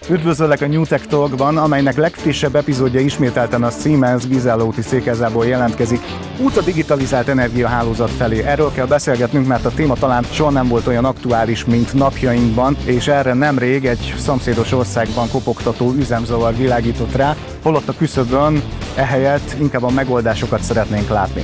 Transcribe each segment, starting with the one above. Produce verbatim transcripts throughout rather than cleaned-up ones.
Üdvözöllek a New Tech Talkban, amelynek legfrissebb epizódja ismételten a Siemens Gizella úti székházából jelentkezik. Út a digitalizált energiahálózat felé. Erről kell beszélgetnünk, mert a téma talán soha nem volt olyan aktuális, mint napjainkban, és erre nemrég egy szomszédos országban kopogtató üzemzavar világított rá, holott a küszöbön ehelyett inkább a megoldásokat szeretnénk látni.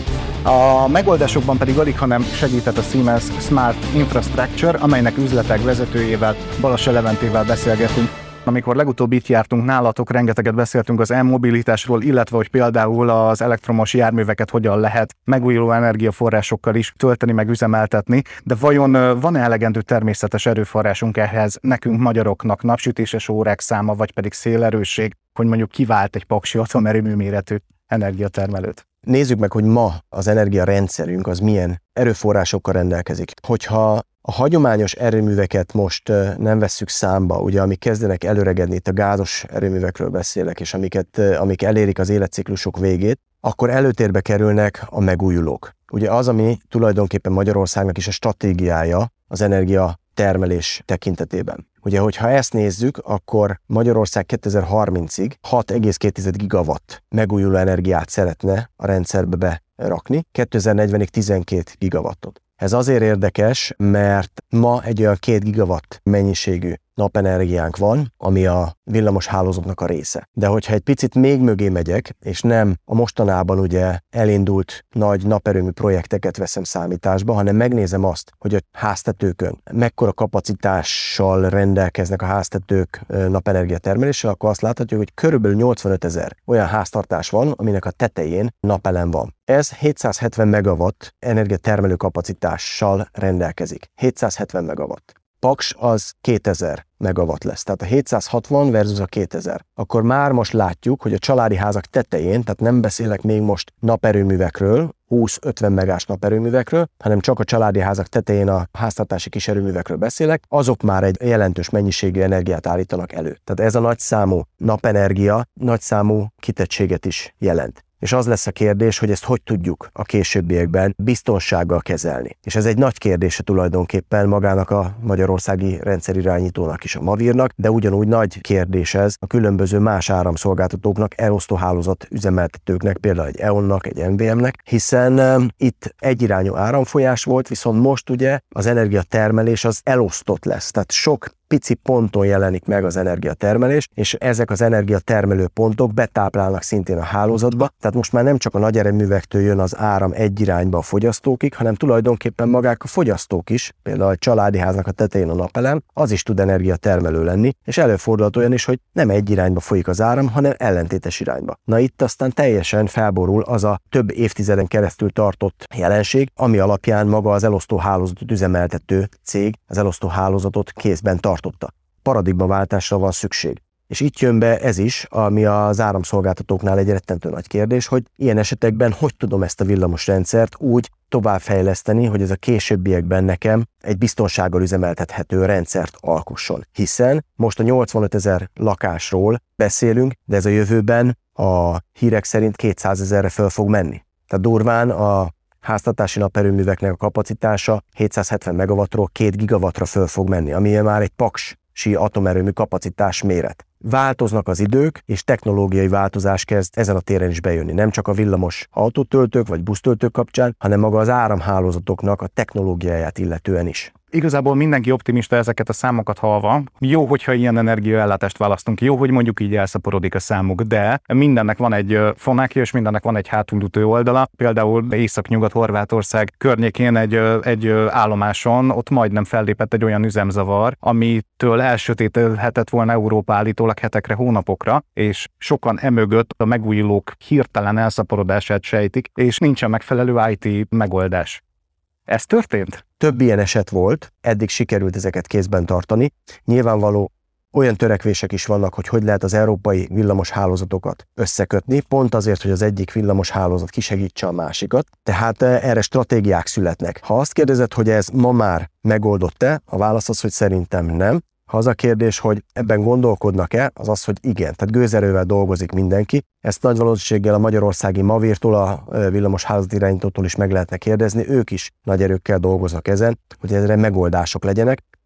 A megoldásokban pedig alig, hanem segített a Siemens Smart Infrastructure, amelynek üzletek vezetőjével, Balassa Leventével beszélgetünk. Amikor legutóbb itt jártunk nálatok, rengeteget beszéltünk az e-mobilitásról, illetve hogy például az elektromos járműveket hogyan lehet megújuló energiaforrásokkal is tölteni, meg üzemeltetni, de vajon van-e elegendő természetes erőforrásunk ehhez nekünk magyaroknak, napsütéses órák száma, vagy pedig szélerősség, hogy mondjuk kivált egy paksi atomerőmű méretű energiatermelőt? Nézzük meg, hogy ma az energiarendszerünk az milyen erőforrásokkal rendelkezik. Hogyha a hagyományos erőműveket most nem vesszük számba, ugye amik kezdenek előregedni, itt a gázos erőművekről beszélek, és amiket, amik elérik az életciklusok végét, akkor előtérbe kerülnek a megújulók. Ugye az, ami tulajdonképpen Magyarországnak is a stratégiája az energiatermelés tekintetében. Ugye, hogyha ezt nézzük, akkor Magyarország kétezer-harmincig hat egész két gigawatt megújuló energiát szeretne a rendszerbe berakni, kétezer-negyvenig tizenkét gigawattot. Ez azért érdekes, mert ma egy olyan két gigawatt mennyiségű napenergiánk van, ami a villamos hálózatnak a része. De hogyha egy picit még mögé megyek, és nem a mostanában ugye elindult nagy naperőmű projekteket veszem számításba, hanem megnézem azt, hogy a háztetőkön mekkora kapacitással rendelkeznek a háztetők napenergia termeléssel, akkor azt láthatjuk, hogy körülbelül nyolcvanöt ezer olyan háztartás van, aminek a tetején napelem van. Ez hétszázhetven megawatt energiatermelő kapacitással rendelkezik. hétszázhetven megawatt. Paks az kétezer megawatt lesz, tehát a hétszázhatvan versus a kétezer. Akkor már most látjuk, hogy a családi házak tetején, tehát nem beszélek még most naperőművekről, húsz-ötven megás naperőművekről, hanem csak a családi házak tetején a háztartási kiserőművekről beszélek, azok már egy jelentős mennyiségű energiát állítanak elő. Tehát ez a nagyszámú napenergia nagyszámú kitettséget is jelent. És az lesz a kérdés, hogy ezt hogy tudjuk a későbbiekben biztonsággal kezelni. És ez egy nagy kérdése tulajdonképpen magának a magyarországi rendszerirányítónak is, a Mavírnak, de ugyanúgy nagy kérdés ez a különböző más áramszolgáltatóknak, elosztóhálózat üzemeltetőknek, például egy é o en-nak, egy em vé em-nek, hiszen um, itt egyirányú áramfolyás volt, viszont most ugye az energiatermelés az elosztott lesz, tehát sok pici ponton jelenik meg az energiatermelés, és ezek az energiatermelő pontok betáplálnak szintén a hálózatba, tehát most már nem csak a nagy erőművektől jön az áram egy irányba a fogyasztókig, hanem tulajdonképpen magák a fogyasztók is, például a családi háznak a tetején a napelem, az is tud energiatermelő lenni, és előfordulhat olyan is, hogy nem egy irányba folyik az áram, hanem ellentétes irányba. Na itt aztán teljesen felborul az a több évtizeden keresztül tartott jelenség, ami alapján maga az elosztó hálózatot üzemeltető cég az elosztó hálózatot kézben tart. Paradigmaváltásra van szükség. És itt jön be ez is, ami az áramszolgáltatóknál egy rettentő nagy kérdés, hogy ilyen esetekben hogy tudom ezt a villamos rendszert úgy továbbfejleszteni, hogy ez a későbbiekben nekem egy biztonsággal üzemeltethető rendszert alkosson. Hiszen most a nyolcvanöt ezer lakásról beszélünk, de ez a jövőben a hírek szerint kétszázezerre föl fog menni. Tehát durván a háztartási naperőműveknek a kapacitása hétszázhetven megawattról két gigawattra föl fog menni, ami már egy paksi atomerőmű kapacitás méret. Változnak az idők, és technológiai változás kezd ezen a téren is bejönni. Nem csak a villamos autótöltők vagy busztöltők kapcsán, hanem maga az áramhálózatoknak a technológiáját illetően is. Igazából mindenki optimista ezeket a számokat hallva. Jó, hogyha ilyen energiaellátást választunk, jó, hogy mondjuk így elszaporodik a számuk, de mindennek van egy fonákja, és mindennek van egy hátulütő oldala. Például Észak-Nyugat-Horvátország környékén egy, egy állomáson ott majdnem fellépett egy olyan üzemzavar, amitől elsötétedhetett volna Európa állítólag hetekre, hónapokra, és sokan emögött a megújulók hirtelen elszaporodását sejtik, és nincsen megfelelő i té megoldás. Ez történt? Több ilyen eset volt, eddig sikerült ezeket kézben tartani. Nyilvánvaló olyan törekvések is vannak, hogy hogy lehet az európai villamos hálózatokat összekötni, pont azért, hogy az egyik villamos hálózat kisegítse a másikat. Tehát erre stratégiák születnek. Ha azt kérdezed, hogy ez ma már megoldott-e, a válasz az, hogy szerintem nem. Ha az a kérdés, hogy ebben gondolkodnak-e, az az, hogy igen, tehát gőzerővel dolgozik mindenki. Ezt nagy valószínűséggel a magyarországi Mavírtól, a villamos hálózatirányítótól is meg lehetne kérdezni, ők is nagy erőkkel dolgoznak ezen, hogy ezre megoldások legyenek.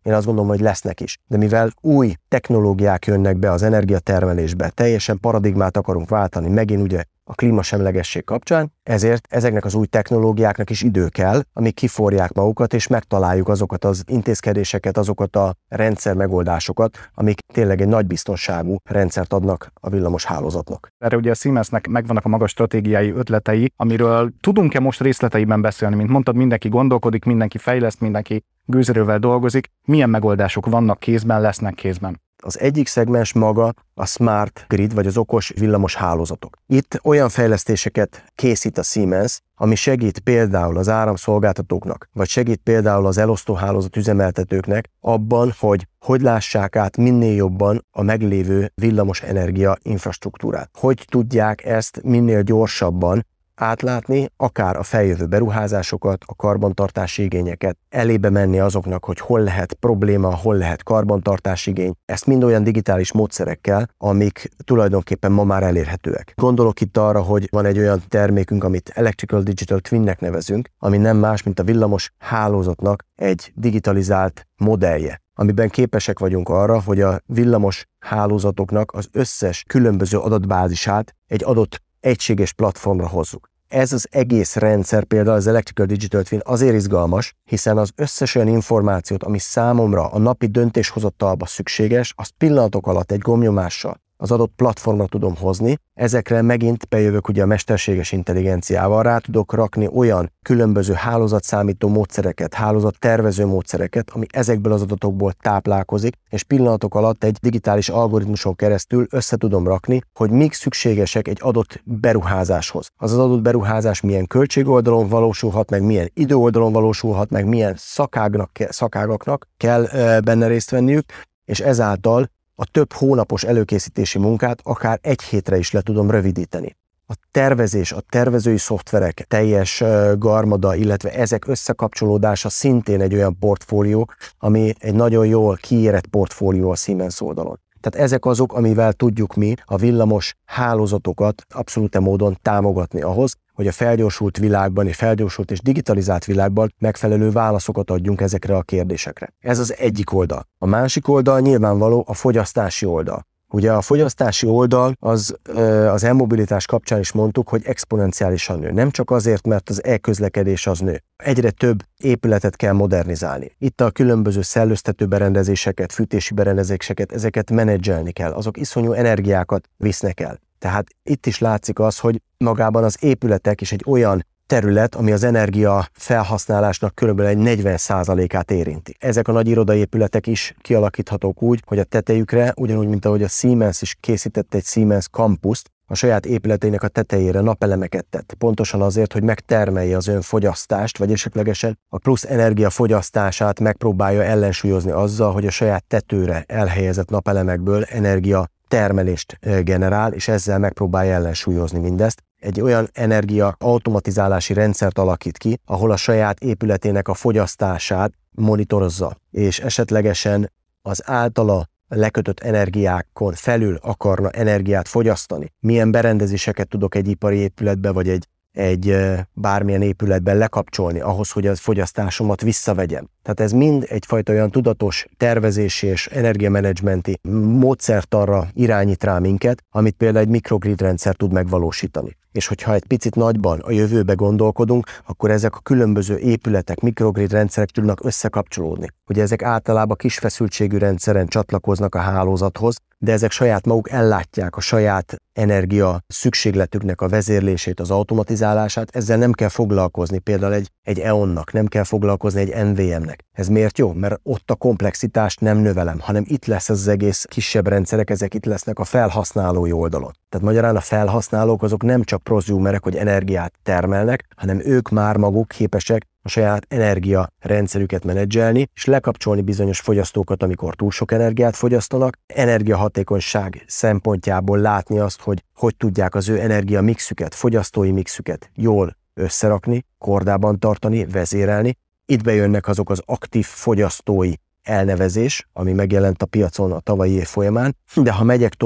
én azt gondolom, hogy lesznek is. De mivel új technológiák jönnek be az energiatermelésbe, teljesen paradigmát akarunk váltani, megint ugye a klímasemlegesség kapcsán, ezért ezeknek az új technológiáknak is idő kell, amíg kiforják magukat, és megtaláljuk azokat az intézkedéseket, azokat a rendszer megoldásokat, amik tényleg egy nagy biztonságú rendszert adnak a villamos hálózatnak. Erre ugye a Siemensnek megvannak a magas stratégiai ötletei, amiről tudunk-e most részleteiben beszélni? Mint mondtad, mindenki gondolkodik, mindenki fejleszt, mindenki gőzerővel dolgozik. Milyen megoldások vannak kézben, lesznek kézben? Az egyik szegmens maga a smart grid, vagy az okos villamos hálózatok. Itt olyan fejlesztéseket készít a Siemens, ami segít például az áramszolgáltatóknak, vagy segít például az elosztóhálózat üzemeltetőknek abban, hogy hogy lássák át minél jobban a meglévő villamos energia infrastruktúrát. Hogy tudják ezt minél gyorsabban átlátni, akár a feljövő beruházásokat, a karbantartási igényeket, elébe menni azoknak, hogy hol lehet probléma, hol lehet karbantartási igény. Ezt mind olyan digitális módszerekkel, amik tulajdonképpen ma már elérhetőek. Gondolok itt arra, hogy van egy olyan termékünk, amit Electrical Digital Twinnek nevezünk, ami nem más, mint a villamos hálózatnak egy digitalizált modellje, amiben képesek vagyunk arra, hogy a villamos hálózatoknak az összes különböző adatbázisát egy adott egységes platformra hozzuk. Ez az egész rendszer, például az Electrical Digital Twin azért izgalmas, hiszen az összes olyan információt, ami számomra a napi döntéshozatalba szükséges, azt pillanatok alatt egy gombnyomással az adott platformra tudom hozni. Ezekre megint bejövök ugye a mesterséges intelligenciával, rá tudok rakni olyan különböző hálózatszámító módszereket, hálózattervező módszereket, ami ezekből az adatokból táplálkozik, és pillanatok alatt egy digitális algoritmuson keresztül össze tudom rakni, hogy mik szükségesek egy adott beruházáshoz. Az az adott beruházás milyen költségoldalon valósulhat meg, milyen időoldalon valósulhat meg, milyen szakágnak, szakágaknak kell benne részt venniük, és ezáltal a több hónapos előkészítési munkát akár egy hétre is le tudom rövidíteni. A tervezés, a tervezői szoftverek teljes garmada, illetve ezek összekapcsolódása szintén egy olyan portfólió, ami egy nagyon jól kiérett portfólió a Siemens oldalon. Tehát ezek azok, amivel tudjuk mi a villamos hálózatokat abszolút módon támogatni ahhoz, hogy a felgyorsult világban és felgyorsult és digitalizált világban megfelelő válaszokat adjunk ezekre a kérdésekre. Ez az egyik oldal. A másik oldal nyilvánvaló a fogyasztási oldal. Ugye a fogyasztási oldal az, az e-mobilitás kapcsán is mondtuk, hogy exponenciálisan nő. Nem csak azért, mert az e-közlekedés az nő. Egyre több épületet kell modernizálni. Itt a különböző szellőztető berendezéseket, fűtési berendezéseket, ezeket menedzselni kell. Azok iszonyú energiákat visznek el. Tehát itt is látszik az, hogy magában az épületek is egy olyan terület, ami az energia felhasználásnak körülbelül egy negyven százalékát érinti. Ezek a nagy irodaépületek is kialakíthatók úgy, hogy a tetejükre, ugyanúgy, mint ahogy a Siemens is készített egy Siemens Campust, a saját épületeinek a tetejére napelemeket tett. Pontosan azért, hogy megtermelje az önfogyasztást, vagy esetlegesen a plusz energiafogyasztását megpróbálja ellensúlyozni azzal, hogy a saját tetőre elhelyezett napelemekből energia termelést generál, és ezzel megpróbálja ellensúlyozni mindezt. Egy olyan energia automatizálási rendszert alakít ki, ahol a saját épületének a fogyasztását monitorozza, és esetlegesen az általa lekötött energiákon felül akarna energiát fogyasztani. Milyen berendezéseket tudok egy ipari épületbe, vagy egy, egy bármilyen épületben lekapcsolni ahhoz, hogy a fogyasztásomat visszavegyem. Tehát ez mind egyfajta olyan tudatos tervezési és energiamenedzsmenti módszertanra irányít rá minket, amit például egy mikrogrid rendszer tud megvalósítani. És hogyha egy picit nagyban a jövőbe gondolkodunk, akkor ezek a különböző épületek, mikrogrid rendszerek tudnak összekapcsolódni. Ugye ezek általában kis feszültségű rendszeren csatlakoznak a hálózathoz, de ezek saját maguk ellátják a saját energia szükségletüknek a vezérlését, az automatizálását, ezzel nem kell foglalkozni, például egy, egy é o en-nak, nem kell foglalkozni egy en vé em-nek. Ez miért jó? Mert ott a komplexitást nem növelem, hanem itt lesz az egész kisebb rendszerek, ezek itt lesznek a felhasználói oldalon. Tehát magyarán a felhasználók azok nem csak prosumerek, hogy energiát termelnek, hanem ők már maguk képesek a saját energiarendszerüket menedzselni, és lekapcsolni bizonyos fogyasztókat, amikor túl sok energiát fogyasztanak, energiahatékonyság szempontjából látni azt, hogy hogy tudják az ő energiamixüket, fogyasztói mixüket jól összerakni, kordában tartani, vezérelni. Itt bejönnek azok az aktív fogyasztói elnevezés, ami megjelent a piacon a tavalyi év folyamán, de ha megyek tovább,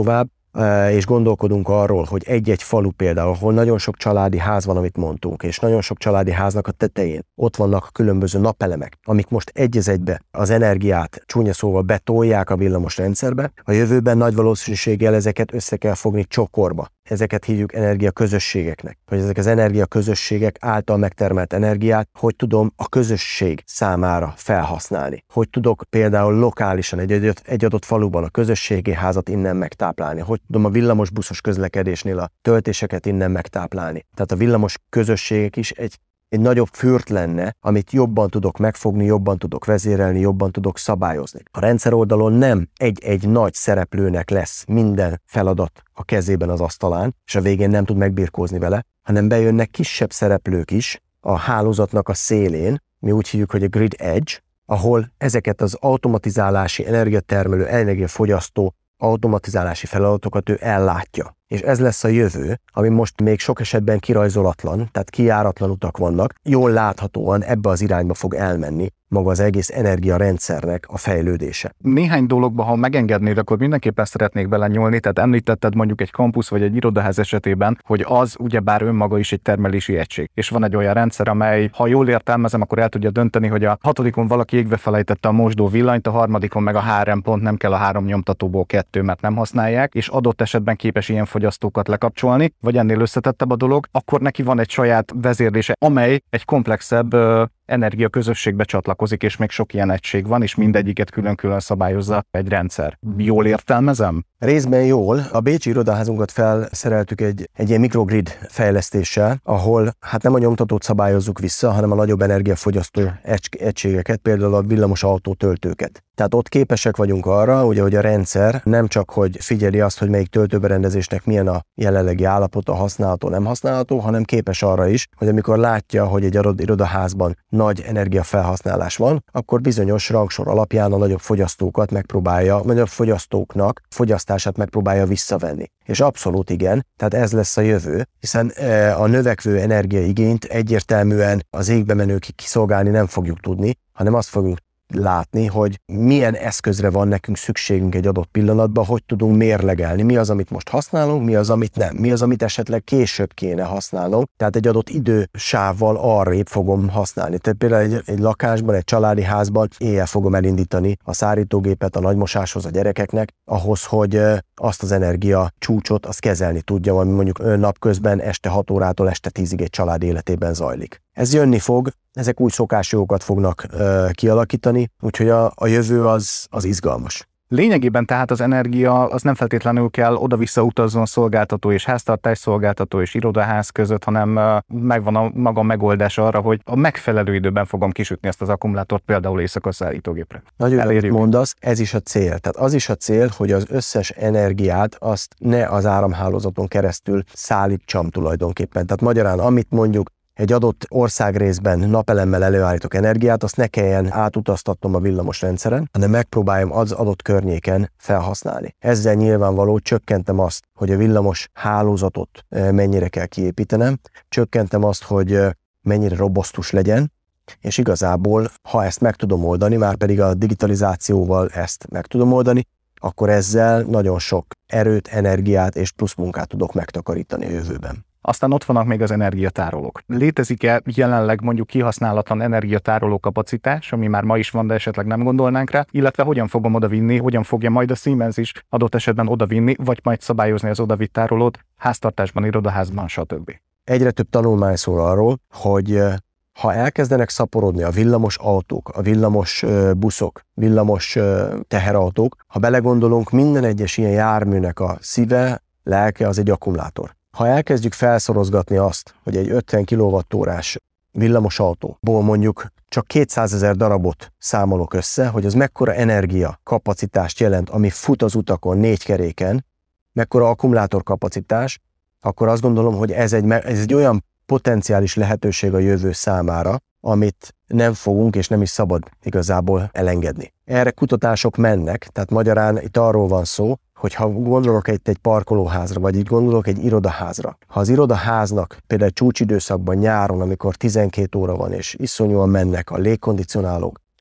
és gondolkodunk arról, hogy egy-egy falu például, ahol nagyon sok családi ház van, amit mondtunk, és nagyon sok családi háznak a tetején ott vannak a különböző napelemek, amik most egy az egybe az energiát csúnya szóval betolják a villamos rendszerbe, a jövőben nagy valószínűséggel ezeket össze kell fogni csokorba. Ezeket hívjuk energiaközösségeknek, hogy ezek az energiaközösségek által megtermelt energiát, hogy tudom a közösség számára felhasználni. Hogy tudok például lokálisan egy adott, egy adott faluban a közösségi házat innen megtáplálni. Hogy tudom a villamosbuszos közlekedésnél a töltéseket innen megtáplálni. Tehát a villamos közösségek is egy egy nagyobb fürt lenne, amit jobban tudok megfogni, jobban tudok vezérelni, jobban tudok szabályozni. A rendszer oldalon nem egy-egy nagy szereplőnek lesz minden feladat a kezében az asztalán, és a végén nem tud megbirkózni vele, hanem bejönnek kisebb szereplők is a hálózatnak a szélén, mi úgy hívjuk, hogy a grid edge, ahol ezeket az automatizálási, energiatermelő, energiafogyasztó automatizálási feladatokat ő ellátja. És ez lesz a jövő, ami most még sok esetben kirajzolatlan, tehát kijáratlan utak vannak, jól láthatóan ebbe az irányba fog elmenni maga az egész energiarendszernek a fejlődése. Néhány dologba, ha megengednéd, akkor mindenképpen szeretnék belenyúlni, tehát említetted mondjuk egy kampusz vagy egy irodaház esetében, hogy az ugyebár önmaga is egy termelési egység. És van egy olyan rendszer, amely, ha jól értelmezem, akkor el tudja dönteni, hogy a hatodikon valaki égbe felejtette a mosdó villanyt, a harmadikon meg a három pont, nem kell a három nyomtatóból kettő, mert nem használják, és adott esetben képes ilyen fogyasztókat lekapcsolni, vagy ennél összetettebb a dolog, akkor neki van egy saját vezérlése, amely egy komplexebb ö, energiaközösségbe csatlakozik, és még sok ilyen egység van, és mindegyiket külön-külön szabályozza egy rendszer. Jól értelmezem? Részben jól. A bécsi irodaházunkat felszereltük egy, egy ilyen mikrogrid fejlesztéssel, ahol hát nem a nyomtatót szabályozzuk vissza, hanem a nagyobb energiafogyasztó egységeket, például a villamos autótöltőket. Tehát ott képesek vagyunk arra, ugye, hogy a rendszer nem csak, hogy figyeli azt, hogy melyik töltőberendezésnek milyen a jelenlegi állapota, használható, nem használható, hanem képes arra is, hogy amikor látja, hogy egy adott irodaházban nagy energiafelhasználás van, akkor bizonyos rangsor alapján a nagyobb fogyasztókat megpróbálja, a nagyobb fogyasztóknak fogyasztását megpróbálja visszavenni. És abszolút igen, tehát ez lesz a jövő, hiszen a növekvő energiaigényt egyértelműen az égbe menőkig kiszolgálni nem fogjuk tudni, hanem azt fogjuk látni, hogy milyen eszközre van nekünk szükségünk egy adott pillanatban, hogy tudunk mérlegelni, mi az, amit most használunk, mi az, amit nem, mi az, amit esetleg később kéne használnunk, tehát egy adott idősávval arrébb fogom használni. Tehát például egy, egy lakásban, egy családi házban éjjel fogom elindítani a szárítógépet a nagymosáshoz a gyerekeknek, ahhoz, hogy azt az energia csúcsot azt kezelni tudjam, ami mondjuk napközben este hat órától este tízig egy család életében zajlik. Ez jönni fog, ezek új szokásjogokat fognak ö, kialakítani, úgyhogy a, a jövő az, az izgalmas. Lényegében tehát az energia az nem feltétlenül kell oda-vissza utazzon szolgáltató és háztartás szolgáltató és irodaház között, hanem megvan a maga megoldás arra, hogy a megfelelő időben fogom kisütni ezt az akkumulátort, például éjszaka szállítógépre. Nagyon jól mondasz, ez is a cél. Tehát az is a cél, hogy az összes energiát azt ne az áramhálózaton keresztül szállítsam tulajdonképpen. Tehát magyarán, amit mondjuk egy adott országrészben napelemmel előállítok energiát, azt ne kelljen átutaztatnom a villamos rendszeren, hanem megpróbáljam az adott környéken felhasználni. Ezzel nyilvánvaló csökkentem azt, hogy a villamos hálózatot mennyire kell kiépítenem, csökkentem azt, hogy mennyire robosztus legyen, és igazából, ha ezt meg tudom oldani, már pedig a digitalizációval ezt meg tudom oldani, akkor ezzel nagyon sok erőt, energiát és plusz munkát tudok megtakarítani a jövőben. Aztán ott vannak még az energiatárolók. Létezik-e jelenleg mondjuk kihasználatlan energiatároló kapacitás, ami már ma is van, de esetleg nem gondolnánk rá, illetve hogyan fogom odavinni, hogyan fogja majd a Siemens is adott esetben odavinni, vagy majd szabályozni az odavitt tárolót háztartásban, irodaházban, stb. Egyre több tanulmány szól arról, hogy ha elkezdenek szaporodni a villamos autók, a villamos buszok, villamos teherautók, ha belegondolunk, minden egyes ilyen járműnek a szíve, lelke az egy akkumulátor. Ha elkezdjük felszorozgatni azt, hogy egy ötven kilowattórás villamos autóból mondjuk csak kétszázezer darabot számolok össze, hogy az mekkora energia kapacitást jelent, ami fut az utakon négy keréken, mekkora akkumulátor kapacitás, akkor azt gondolom, hogy ez egy, ez egy olyan potenciális lehetőség a jövő számára, amit nem fogunk és nem is szabad igazából elengedni. Erre kutatások mennek, tehát magyarán itt arról van szó, hogy ha gondolok egy, egy parkolóházra, vagy így gondolok egy irodaházra, ha az irodaháznak például egy csúcsidőszakban nyáron, amikor tizenkét óra van, és iszonyúan mennek a légkondicionálók,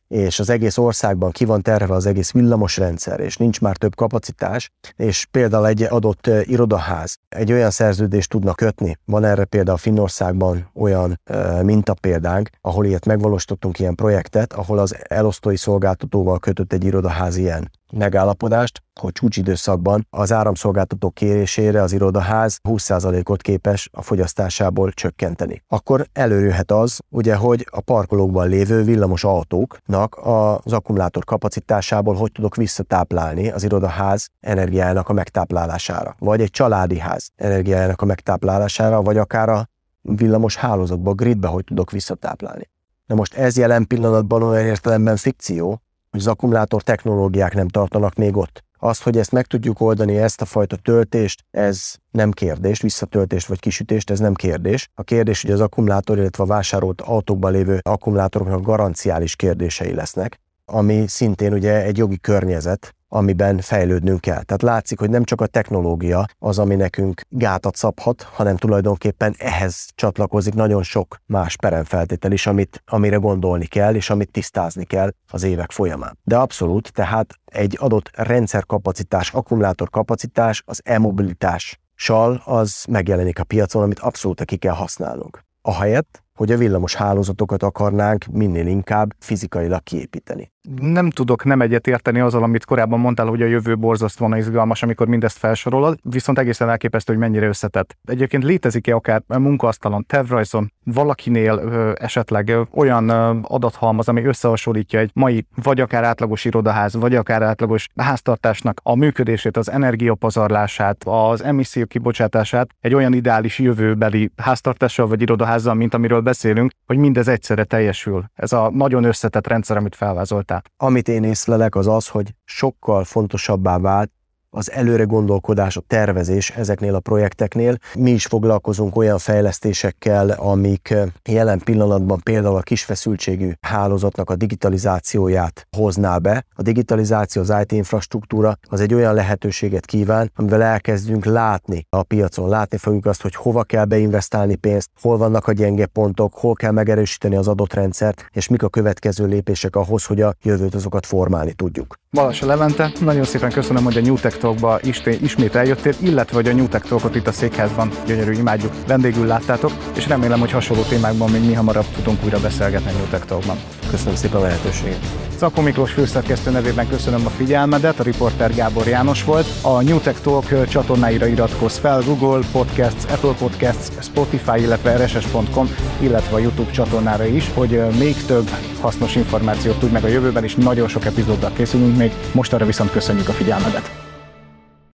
és az egész országban ki van terve az egész villamosrendszer, és nincs már több kapacitás, és például egy adott irodaház egy olyan szerződést tudna kötni, van erre például Finnországban olyan e, mintapéldánk, ahol ilyet megvalósítottunk ilyen projektet, ahol az elosztói szolgáltatóval kötött egy irodaház ilyen megállapodást, hogy csúcsidőszakban az áramszolgáltató kérésére az irodaház húsz százalékot képes a fogyasztásából csökkenteni. Akkor előjöhet az, ugye, hogy a parkolókban lévő villamos autóknak az akkumulátor kapacitásából hogy tudok visszatáplálni az irodaház energiájának a megtáplálására, vagy egy családi ház energiájának a megtáplálására, vagy akár a villamos hálózatba, a gridbe hogy tudok visszatáplálni. Na most ez jelen pillanatban olyan értelemben fikció, hogy az akkumulátor technológiák nem tartanak még ott. Az, hogy ezt meg tudjuk oldani, ezt a fajta töltést, ez nem kérdés, visszatöltést vagy kisütést, ez nem kérdés. A kérdés, hogy az akkumulátor, illetve a vásárolt autókban lévő akkumulátoroknak garanciális kérdései lesznek, ami szintén ugye egy jogi környezet, amiben fejlődnünk kell. Tehát látszik, hogy nem csak a technológia az, ami nekünk gátat szabhat, hanem tulajdonképpen ehhez csatlakozik nagyon sok más peremfeltétel is, amit, amire gondolni kell, és amit tisztázni kell az évek folyamán. De abszolút, tehát egy adott rendszerkapacitás, akkumulátorkapacitás, az e-mobilitással az megjelenik a piacon, amit abszolút ki kell használnunk. Ahelyett, hogy a villamos hálózatokat akarnánk minél inkább fizikailag kiépíteni. Nem tudok nem egyet érteni azzal, amit korábban mondtál, hogy a jövő borzasztóan izgalmas, amikor mindezt felsorolod, viszont egészen elképesztő, hogy mennyire összetett. Egyébként létezik-e akár munkaasztalon, tervrajzon, valakinél ö, esetleg ö, olyan ö, adathalmaz, ami összehasonlítja egy mai, vagy akár átlagos irodaház, vagy akár átlagos háztartásnak a működését, az energiapazarlását, az emisszió kibocsátását egy olyan ideális jövőbeli háztartással vagy irodaházzal, mint amiről beszélünk, hogy mindez egyszerre teljesül. Ez a nagyon összetett rendszer, amit felvázoltál. Amit én észlelek, az az, hogy sokkal fontosabbá vált az előre gondolkodás, a tervezés ezeknél a projekteknél. Mi is foglalkozunk olyan fejlesztésekkel, amik jelen pillanatban például a kisfeszültségű hálózatnak a digitalizációját hozná be. A digitalizáció, az i té infrastruktúra az egy olyan lehetőséget kíván, amivel elkezdünk látni a piacon. Látni fogjuk azt, hogy hova kell beinvestálni pénzt, hol vannak a gyenge pontok, hol kell megerősíteni az adott rendszert, és mik a következő lépések ahhoz, hogy a jövőt azokat formálni tudjuk. Balassa Levente, nagyon szépen köszönöm, hogy a NewTech Talkba ismét eljöttél, illetve hogy a NewTech Talkot itt a székházban, gyönyörű, imádjuk, vendégül láttátok, és remélem, hogy hasonló témákban még mi hamarabb tudunk újra beszélgetni a NewTech Talkban. Köszönöm szépen a lehetőséget. Szakó Miklós főszerkesztő nevében köszönöm a figyelmedet, a riporter Gábor János volt. A NewTech Talk csatornáira iratkozz fel, Google Podcasts, Apple Podcasts, Spotify, illetve er es es pont com, illetve a YouTube csatornára is, hogy még több hasznos információt tudj meg a jövőben, és nagyon sok epizóddal készülünk még. Most arra viszont köszönjük a figyelmedet.